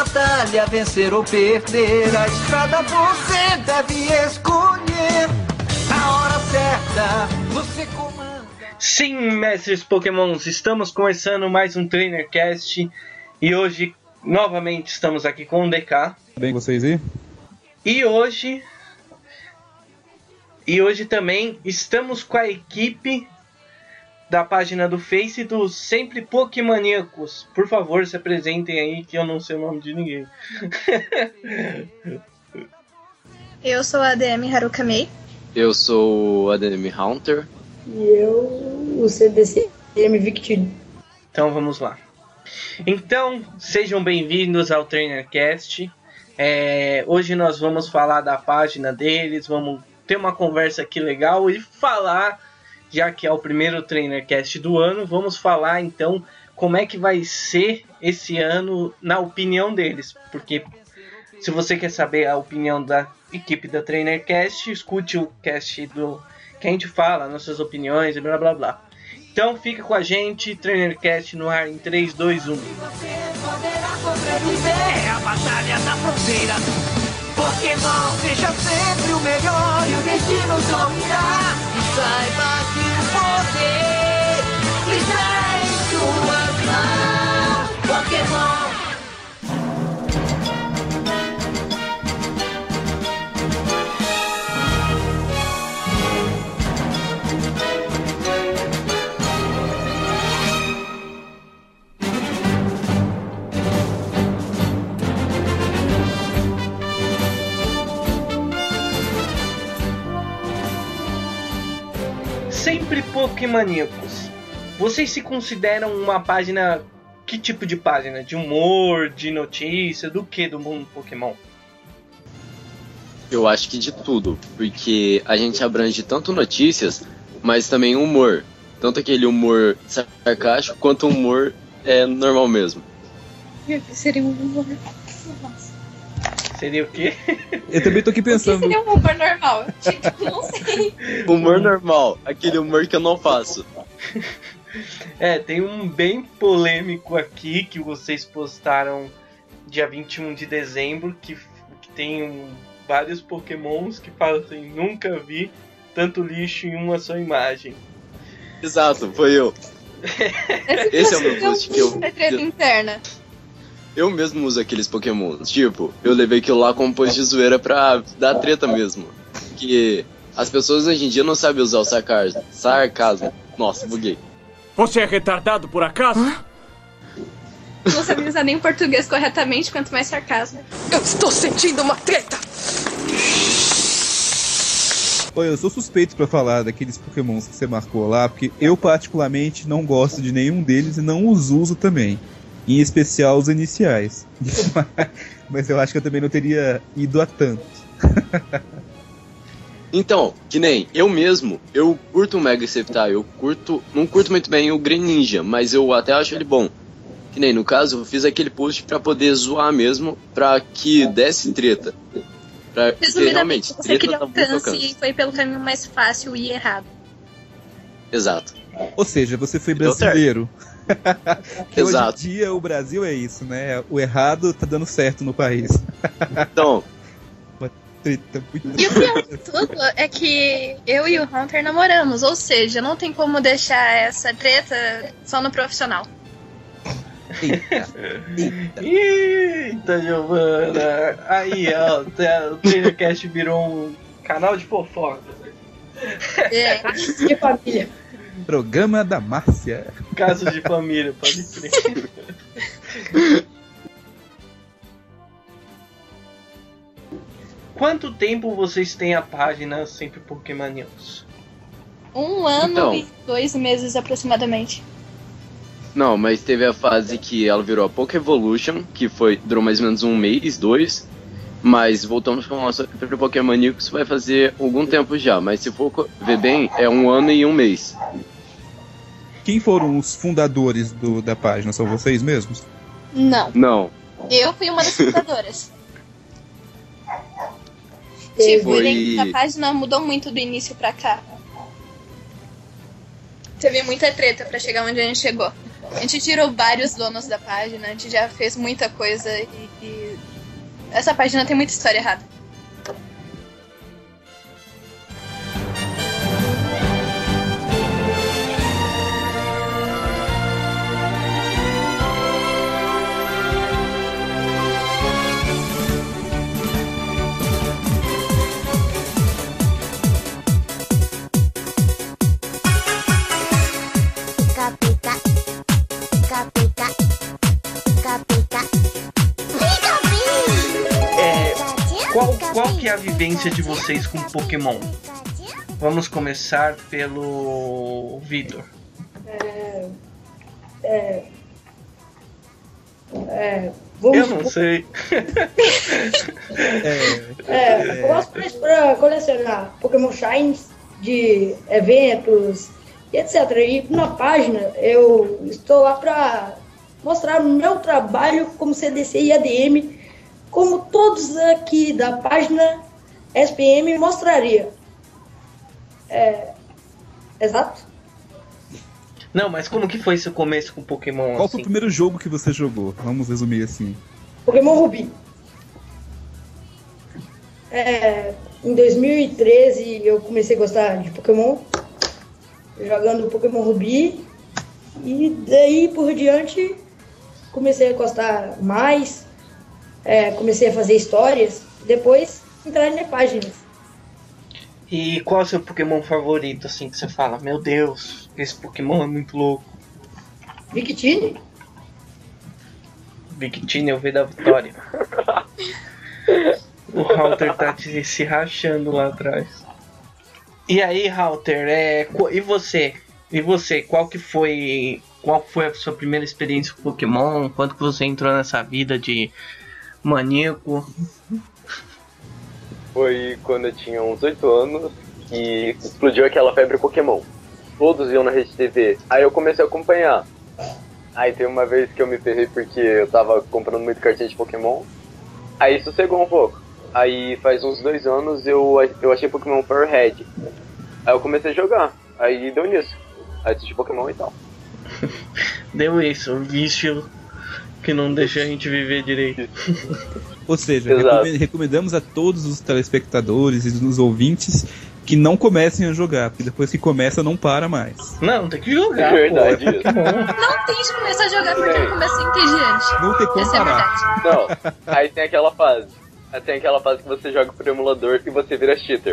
batalha, vencer ou perder. A estrada você deve escolher. Na hora certa, você comanda. Sim, mestres Pokémons, estamos começando mais um TrainerCast. E hoje, novamente, estamos aqui com o DK. Bem, vocês aí? E hoje também estamos com a equipe da página do Face dos Sempre Pokémoníacos. Por favor, se apresentem aí, que eu não sei o nome de ninguém. Eu sou a ADM Haruka Mei. Eu sou o ADM Hunter. E eu, o CDCM Victor. Então vamos lá. Então, sejam bem-vindos ao TrainerCast. Hoje nós vamos falar da página deles, vamos ter uma conversa aqui legal e falar, já que é o primeiro TrainerCast do ano, vamos falar então como é que vai ser esse ano na opinião deles. Porque se você quer saber a opinião da equipe da TrainerCast, escute o cast do que a gente fala, nossas opiniões e blá blá blá. Então fica com a gente, TrainerCast no ar em 3, 2, 1. Você poderá sobreviver. É a batalha da fronteira. Pokémon seja sempre o melhor e o destino sorrirá. E saiba que o poder está em suas mãos. Pokémon. Sempre Pokémoníacos. Vocês se consideram uma página... Que tipo de página? De humor, de notícia, do que do mundo Pokémon? Eu acho que de tudo, porque a gente abrange tanto notícias, mas também humor. Tanto aquele humor sarcástico, quanto o humor normal mesmo. Seria um humor. Nossa. Seria o quê? Eu também tô aqui pensando. O que seria um humor normal? Tipo, não sei. Humor normal, aquele humor que eu não faço. Tem um bem polêmico aqui que vocês postaram dia 21 de dezembro, que tem vários Pokémons que falam assim: nunca vi tanto lixo em uma só imagem. Exato, foi eu. Esse é o meu post que eu... treta interna. Eu mesmo uso aqueles Pokémons. Tipo, eu levei aquilo lá como post de zoeira pra dar treta mesmo. Que as pessoas hoje em dia não sabem usar o sarcasmo. Nossa, buguei. Você é retardado por acaso? Não sabe usar nem português corretamente, quanto mais sarcasmo. Eu estou sentindo uma treta! Oi, eu sou suspeito pra falar daqueles Pokémons que você marcou lá, porque eu particularmente não gosto de nenhum deles e não os uso também. Em especial os iniciais. Mas eu acho que eu também não teria ido a tanto. Então, que nem eu mesmo, eu curto o Mega Sceptile, não curto muito bem o Greninja, mas eu até acho ele bom. Que nem no caso, eu fiz aquele post pra poder zoar mesmo, pra que desse treta. Porque realmente, você queria tá alcance e foi pelo caminho mais fácil e errado. Exato. Ou seja, você foi brasileiro. Exato. Hoje em dia o Brasil é isso, né? O errado tá dando certo no país. Então... E o pior de tudo é que eu e o Hunter namoramos, ou seja, não tem como deixar essa treta só no profissional. Eita, Giovana! Aí, ó, o TrainerCast virou um canal de fofoca. De família. Programa da Márcia. Casos de família, pode crer. Quanto tempo vocês têm a página Sempre Pokémoníacos? 1 ano Então. e 2 meses aproximadamente. Não, mas teve a fase que ela virou a Pokévolution, que durou mais ou menos 1 mês, 2. Mas voltamos com o nosso Pokémoníacos, vai fazer algum tempo já. Mas se for ver bem, é 1 ano e 1 mês. Quem foram os fundadores da página? São vocês mesmos? Não. Eu fui uma das fundadoras. Tipo, O link da página mudou muito do início pra cá. Teve muita treta pra chegar onde a gente chegou. A gente tirou vários donos da página, a gente já fez muita coisa e essa página tem muita história errada. Qual que é a vivência de vocês com Pokémon? Vamos começar pelo Vitor. Eu não sei. Eu gosto pra colecionar Pokémon Shines de eventos e etc. E na página eu estou lá pra mostrar meu trabalho como CDC e ADM, como todos aqui da página SPM mostraria. Exato? Não, mas como que foi seu começo com Pokémon? Qual foi o primeiro jogo que você jogou? Vamos resumir assim. Pokémon Ruby. Em 2013 eu comecei a gostar de Pokémon, jogando Pokémon Ruby, e daí por diante comecei a gostar mais, comecei a fazer histórias, depois entrar na página. E qual é o seu Pokémon favorito, assim, que você fala, meu Deus, esse Pokémon é muito louco? Victini? Victini é o V da Vitória. O Halter tá se rachando lá atrás. E aí, Halter, e você? E você, qual foi a sua primeira experiência com Pokémon? Quando que você entrou nessa vida de maníaco? Foi quando eu tinha uns 8 anos e explodiu aquela febre Pokémon. Todos iam na Rede TV, aí eu comecei a acompanhar. Aí tem uma vez que eu me ferrei porque eu tava comprando muito cartinha de Pokémon. Aí sossegou um pouco. Aí faz uns 2 anos eu achei Pokémon Power Red. Aí eu comecei a jogar, aí deu nisso. Aí assisti Pokémon e tal. Deu isso, um vício que não deixa a gente viver direito. Ou seja, recomendamos a todos os telespectadores e os ouvintes que não comecem a jogar, porque depois que começa não para mais. Não, tem que jogar. Verdade, pô. isso. Não tem de começar a jogar porque não começa entediante. Não tem como Essa é a parar. verdade. Não, aí tem aquela fase. Aí tem aquela fase que você joga por emulador e você vira cheater.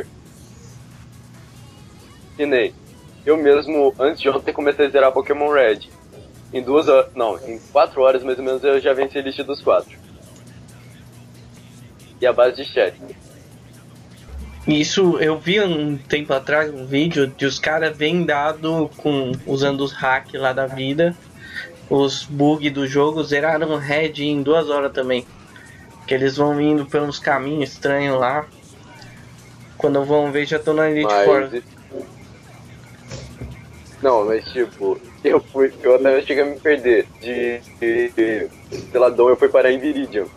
E nem eu mesmo, antes de ontem, comecei a zerar Pokémon Red. Em 4 horas mais ou menos eu já venci a lista dos 4. E a base de chat. Isso, eu vi um tempo atrás um vídeo de os caras vendado usando os hacks lá da vida, os bugs do jogo, zeraram o Red em 2 horas também. Que eles vão indo pelos caminhos estranhos lá. Quando vão ver, já tô na Elite Four. Não, mas tipo, eu até cheguei a me perder de Peladão, eu fui parar em Viridian.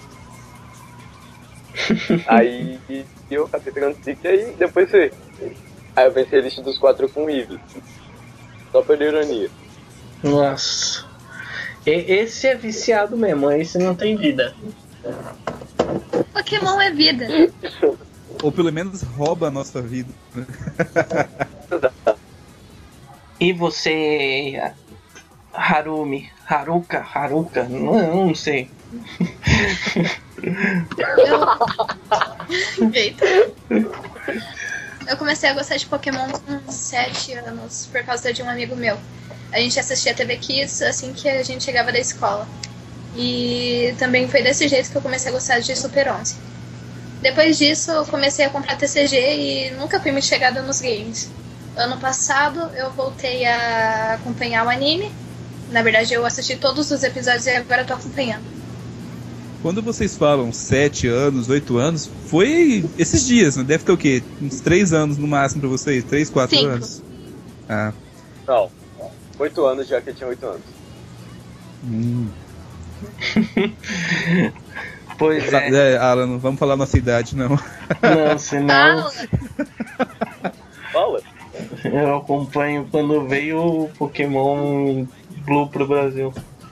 Aí eu acabei pegando Six e aí depois foi. Aí eu venci a lista dos 4 com o Eevee. Só por ironia. Nossa. Esse é viciado mesmo, esse não tem vida. Pokémon é vida. Ou pelo menos rouba a nossa vida. E você, Haruka, não sei. Eu comecei a gostar de Pokémon com 7 anos por causa de um amigo meu. A gente assistia TV Kids assim que a gente chegava da escola. E também foi desse jeito que eu comecei a gostar de Super 11. Depois disso eu comecei a comprar TCG e nunca fui muito chegada nos games. Ano passado eu voltei a acompanhar o anime. Na verdade eu assisti todos os episódios e agora eu tô acompanhando. Quando vocês falam 7 anos, 8 anos, foi esses dias, né? Deve ter o quê? Uns 3 anos no máximo pra vocês? 3, 4 5. anos? Ah. Não, 8 anos já que eu tinha 8 anos. Pois é. Alan, não vamos falar nossa idade, não. Não, senão... Fala. Eu acompanho quando veio o Pokémon Blue pro Brasil.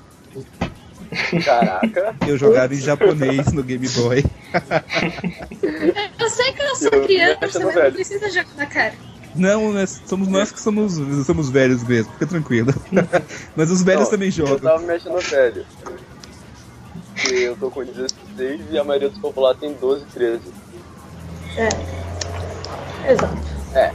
Caraca. Eu jogava em japonês no Game Boy. Eu sei que eu sou criança, mas não precisa jogar na cara. Não, somos nós que somos velhos mesmo, fica tranquilo. Mas os velhos também jogam. Eu tava mexendo velho. Porque eu tô com 16 e a maioria dos populares tem 12, 13. Exato. É.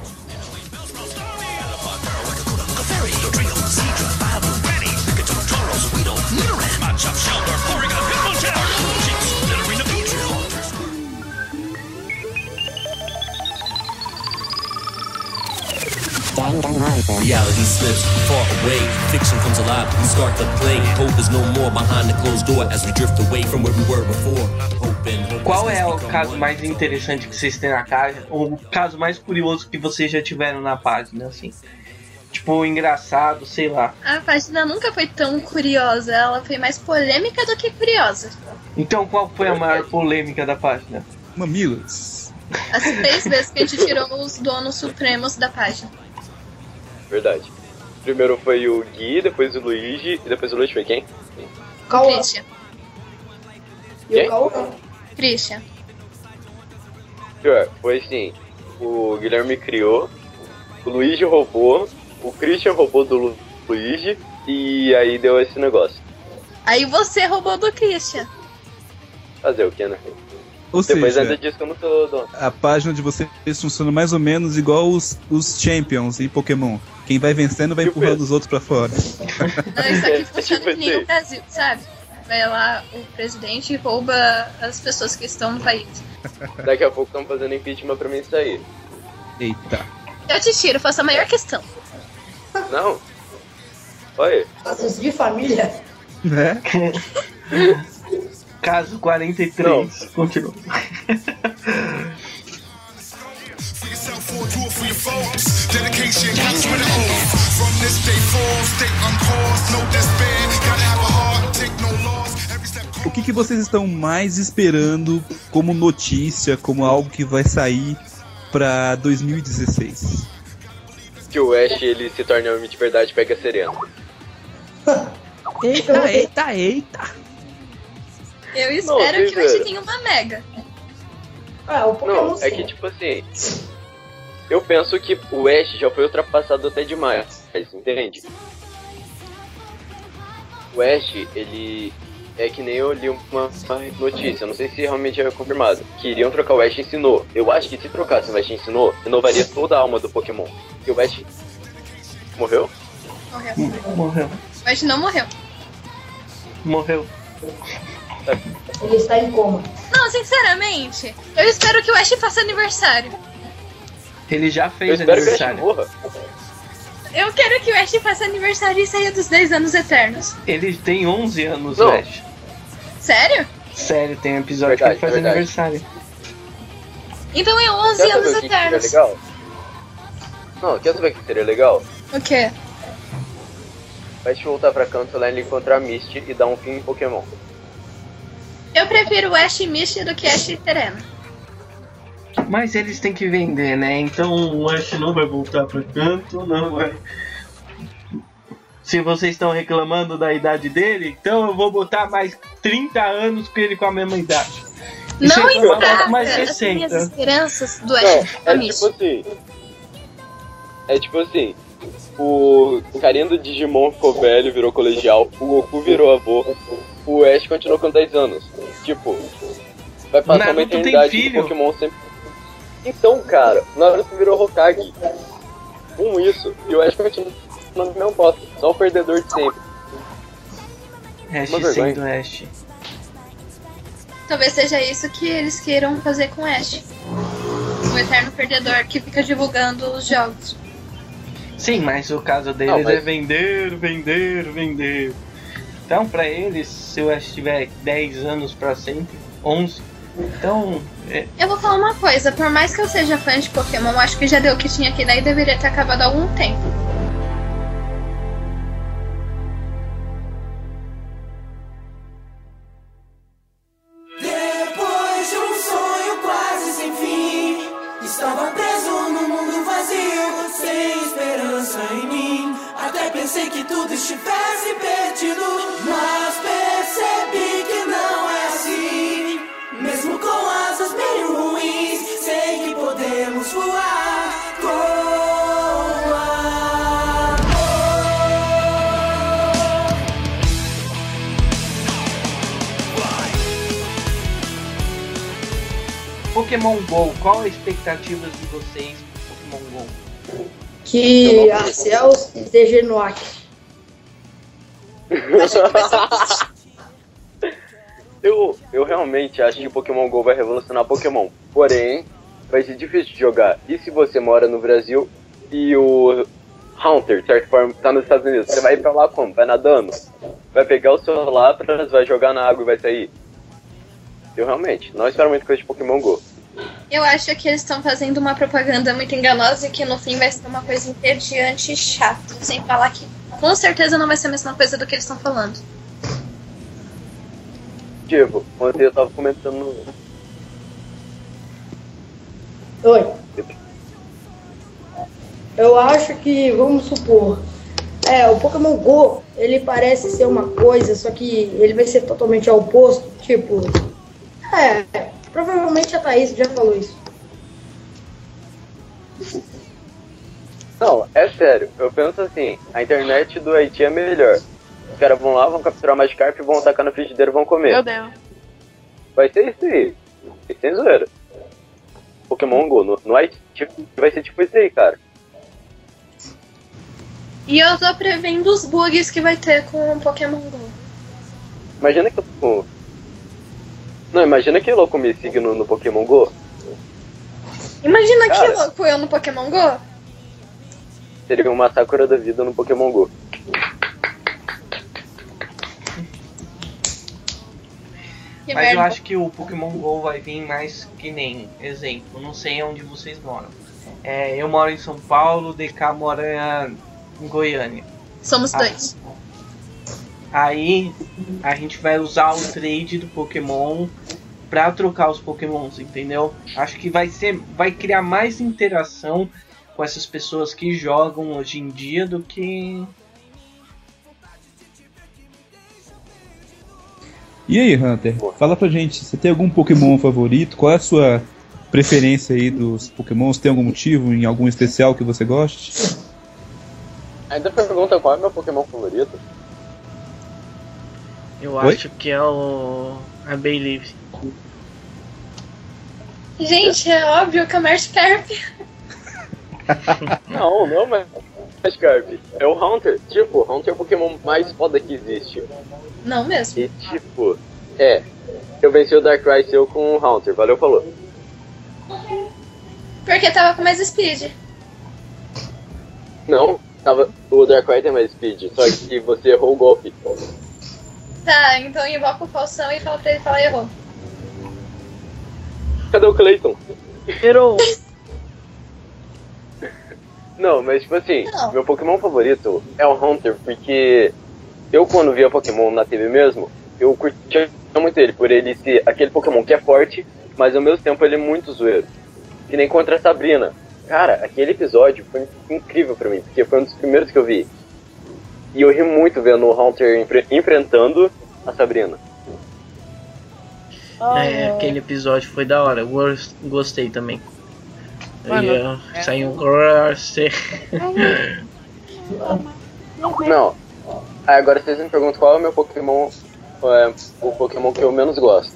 Reality slips far away, fiction comes alive, we start to play. Hope is no more behind the closed door as we drift away from where we were before. Qual é o caso mais interessante que vocês têm na página? Ou o caso mais curioso que vocês já tiveram na página, assim? Tipo, engraçado, sei lá. A página nunca foi tão curiosa, ela foi mais polêmica do que curiosa. Então qual foi a maior polêmica da página? Mamilos. As 3 vezes que a gente tirou os donos supremos da página. Verdade. Primeiro foi o Gui, depois o Luigi, e depois o Luigi foi quem? Cauã. Christian. E o Cauã. Christian. Pior, foi assim, o Guilherme criou, o Luigi roubou, o Christian roubou do Luigi, e aí deu esse negócio. Aí você roubou do Christian. Fazer o que, né? Ou Depois seja, ainda diz que eu não tô dono. a página de vocês funciona mais ou menos igual os Champions em Pokémon. Quem vai vencendo vai empurrando os outros pra fora. Não, isso aqui funciona que nem no Brasil, sabe? Vai lá o presidente e rouba as pessoas que estão no país. Daqui a pouco estão fazendo impeachment pra mim sair. Eita. Eu te tiro, faço a maior questão. Não? Olha. Casos de família. Né? Caso 43. Continua. O que vocês estão mais esperando como notícia, como algo que vai sair pra 2016? Que o Ash ele se torne homem de verdade e pega a Serena. Eita! Eu espero que o Ash tenha uma Mega. O Pokémon Não, é que tipo assim, eu penso que o Ash já foi ultrapassado até demais, entende? O Ash, ele é que nem eu li uma notícia, não sei se realmente é confirmado, que iriam trocar o Ash em Sinnoh. Eu acho que se trocasse o Ash em Sinnoh, renovaria toda a alma do Pokémon. E o Ash morreu? Morreu. O Ash não morreu. Morreu. Ele está em coma. Não, sinceramente, eu espero que o Ash faça aniversário. Ele já Eu fez espero que o Ash aniversário. morra. Eu quero que o Ash faça aniversário e saia dos 10 anos eternos. Ele tem 11 anos, Não. o Ash. Sério? Sério, tem um episódio Verdade, que ele faz verdade. aniversário. Então é 11 Quer saber anos o que seria eternos. legal? Não, quer saber o que seria legal? O quê? Vai te voltar pra Cantoland e encontrar a Misty e dar um fim em Pokémon. Eu prefiro o Ash e Misty do que Ash e Serena. Mas eles têm que vender, né? Então o Ash não vai voltar pra canto, não vai. Se vocês estão reclamando da idade dele, então eu vou botar mais 30 anos com ele com a mesma idade. E Não se eu botar estraga mais as minhas 60. esperanças do Ash Não, e da é Misty. tipo assim. É tipo assim. O carinha do Digimon ficou velho, virou colegial. O Goku virou avô. O Ash continuou com 10 anos. Tipo, vai passar uma Naruto tem eternidade de filho. Pokémon sempre. Então, cara, Naruto virou Hokage. Com isso, e o Ash continua no mesmo posto. Só o perdedor de sempre. Ash Uma vergonha. sendo Ash. Talvez seja isso que eles queiram fazer com o Ash. O eterno perdedor que fica divulgando os jogos. Sim, mas o caso deles Não, mas- é vender. Então, pra eles, se o Ash tiver 10 anos pra sempre, 11, então. Eu vou falar uma coisa, por mais que eu seja fã de Pokémon, acho que já deu o que tinha aqui, daí deveria ter acabado há algum tempo. Depois de um sonho quase sem fim, estava preso num mundo vazio, sem esperança em mim. Até pensei que tudo estivesse perdido, mas percebi que não é assim. Mesmo com asas bem ruins, sei que podemos voar com amor. Pokémon GO, qual a expectativa de vocês pro Pokémon GO? Que Arceus esteja no Acre. Eu realmente acho que o Pokémon GO vai revolucionar Pokémon. Porém, vai ser difícil de jogar. E se você mora no Brasil e o Haunter, de certa forma, tá nos Estados Unidos, você vai ir pra lá como? Vai nadando? Vai pegar o seu Lapras, vai jogar na água e vai sair? Eu realmente não espero muita coisa de Pokémon GO. Eu acho que eles estão fazendo uma propaganda muito enganosa e que no fim vai ser uma coisa entediante e chata. Sem falar que com certeza não vai ser a mesma coisa do que eles estão falando. Tipo, ontem eu tava comentando... Oi. Eu acho que, vamos supor, o Pokémon GO, ele parece ser uma coisa, só que ele vai ser totalmente ao oposto. Tipo, provavelmente a Thaís já falou isso. Não, é sério, eu penso assim, a internet do Haiti é melhor. Os caras vão lá, vão capturar Magikarp, vão atacar na frigideira e vão comer. Meu Deus. Vai ser isso aí. Sem zoeira. Pokémon GO no Haiti vai ser tipo isso aí, cara. E eu tô prevendo os bugs que vai ter com o Pokémon GO. Imagina que eu... Não, imagina que louco me signo no Pokémon GO. Imagina Cara, que louco eu no Pokémon GO. Seria uma Sakura da vida no Pokémon GO. Que Mas merda. eu acho que o Pokémon GO vai vir mais que nem exemplo. Não sei onde vocês moram. Eu moro em São Paulo, DK mora em Goiânia. Somos dois. Aí a gente vai usar o trade do Pokémon pra trocar os Pokémons, entendeu? Acho que vai criar mais interação com essas pessoas que jogam hoje em dia do que... E aí, Hunter? Fala pra gente, você tem algum Pokémon favorito? Qual é a sua preferência aí dos Pokémons? Tem algum motivo em algum especial que você goste? Ainda pergunta qual é o meu Pokémon favorito? Eu Oi? acho que é a Bayleaf. Gente, é óbvio que é o Magikarp. Não, mas Magikarp. É o Haunter. Tipo, o Haunter é o Pokémon mais foda que existe. Não mesmo. E tipo, eu venci o Darkrai seu com o Haunter, valeu, falou. Porque tava com mais speed. Não, o Darkrai tem mais speed, só que você errou o golpe. Tá, então invoca o Falsão e fala pra ele falar errou. Cadê o Clayton? Errou. Não, mas tipo assim, Não. meu Pokémon favorito é o Haunter, porque eu quando via Pokémon na TV mesmo, eu curtia muito ele, por ele ser aquele Pokémon que é forte, mas ao mesmo tempo ele é muito zoeiro. Que nem contra a Sabrina. Cara, aquele episódio foi incrível pra mim, porque foi um dos primeiros que eu vi. E eu ri muito vendo o Haunter enfrentando a Sabrina. Aquele episódio foi da hora, eu gostei também. Mano, Saiu Não. Agora vocês me perguntam qual é o meu Pokémon, o Pokémon que eu menos gosto.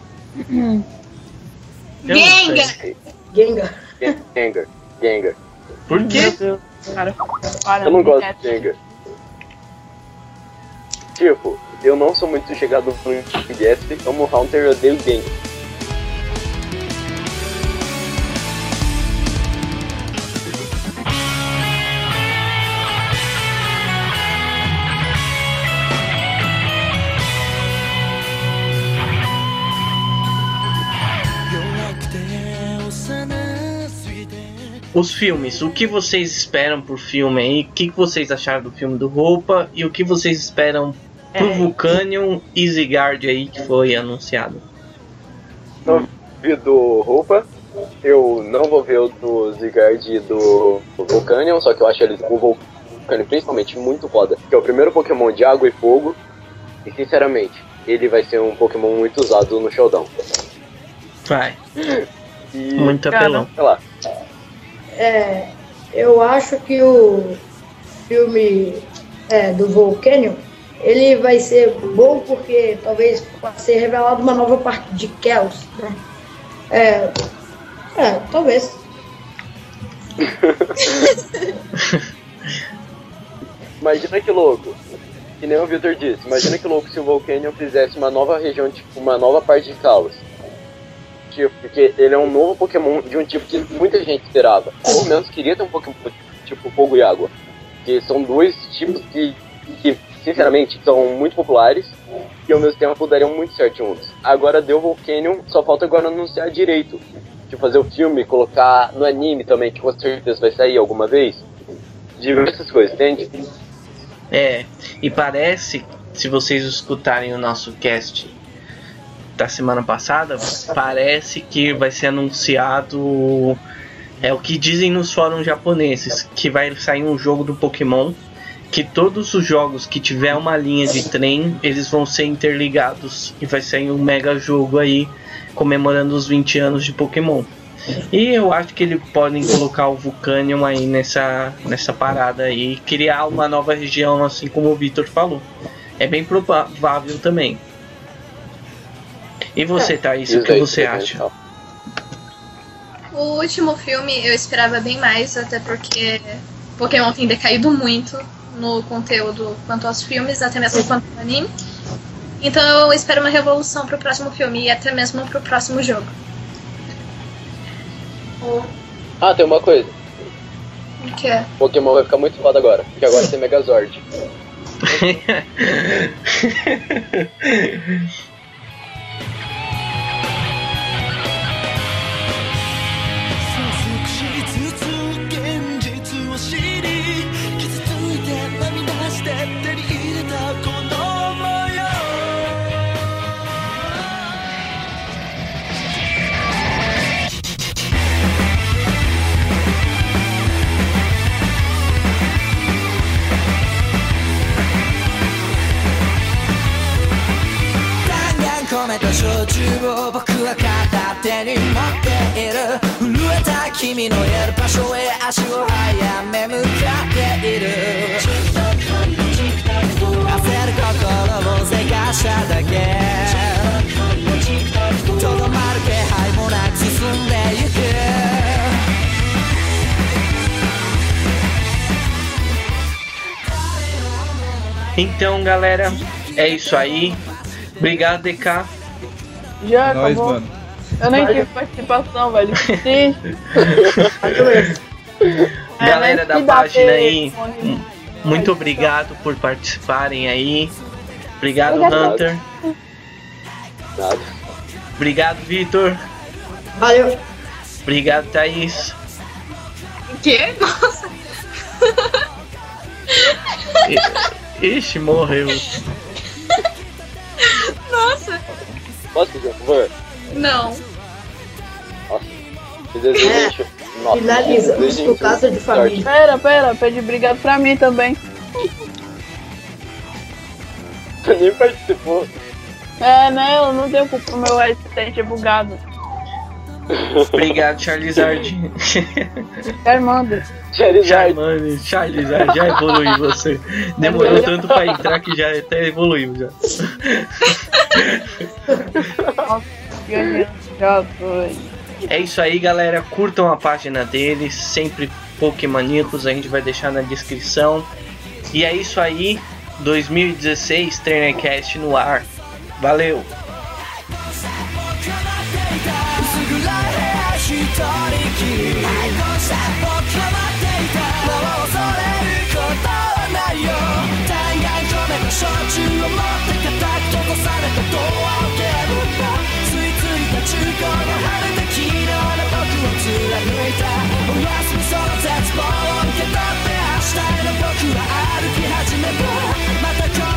Gengar. Gengar. Por quê? Meu Deus, cara. Para, Eu não gosto quieto. de Gengar. Tipo, eu não sou muito chegado no GS, como o Haunter, eu odeio Gengar. Os filmes, o que vocês esperam por filme aí? O que vocês acharam do filme do Roupa? E o que vocês esperam pro Vulcanion e Zygarde aí que foi anunciado? Não vi do Roupa, eu não vou ver o do Zygarde e do Vulcanion, só que eu acho eles Vulcânio, principalmente, muito foda. Que é o primeiro Pokémon de água e fogo. E, sinceramente, ele vai ser um Pokémon muito usado no Showdown. Vai. E, Muito apelão. sei lá. Eu acho que o filme do Volcanion, ele vai ser bom porque talvez possa ser revelado uma nova parte de Chaos, né? Talvez. Imagina que louco. Que nem o Victor disse. Imagina que louco se o Volcanion fizesse uma nova região, tipo, uma nova parte de Kalos. Tipo, porque ele é um novo Pokémon de um tipo que muita gente esperava. Ou pelo menos queria ter um Pokémon tipo fogo e água. Que são dois tipos que sinceramente, são muito populares e ao mesmo tempo dariam muito certo juntos. Agora deu Volcanion, só falta agora anunciar direito. Tipo, fazer o filme, colocar no anime também, que com certeza vai sair alguma vez. Diversas coisas, entende? E parece, se vocês escutarem o nosso cast da semana passada, parece que vai ser anunciado, o que dizem nos fóruns japoneses, que vai sair um jogo do Pokémon, que todos os jogos que tiver uma linha de trem, eles vão ser interligados e vai sair um mega jogo aí comemorando os 20 anos de Pokémon. E eu acho que eles podem colocar o Vulcanion aí nessa parada aí, criar uma nova região, assim como o Victor falou. É bem provável também. E você, Thaís, o que você acha? O último filme eu esperava bem mais, até porque Pokémon tem decaído muito no conteúdo quanto aos filmes, até mesmo quanto ao anime. Então eu espero uma revolução pro próximo filme e até mesmo pro próximo jogo. Ah, tem uma coisa. O que é? Pokémon vai ficar muito foda agora, porque agora tem Megazord. Então, galera, é isso aí. Obrigado, DK. Já Nós, acabou. mano. Eu nem tive participação, velho. Sim. Galera da página aí, muito obrigado por participarem aí. Obrigado, Hunter. Nada. Obrigado, Victor. Valeu. Obrigado, Thaís. Que? Nossa. Ixi, morreu. Nossa. Posso pedir um favor? Não. Nossa. Que desejo. Nossa. Finalizamos por causa de família. Pera, pede obrigado pra mim também. Você nem participou. Né, eu não tenho culpa, o meu assistente é bugado. Obrigado, Charizard. Charmander. Charizard, já evoluiu você. Demorou tanto pra entrar que já até evoluiu já. Já foi. É isso aí, galera. Curtam a página deles, sempre Pokémoníacos, a gente vai deixar na descrição. E é isso aí, 2016 TrainerCast no ar. Valeu! また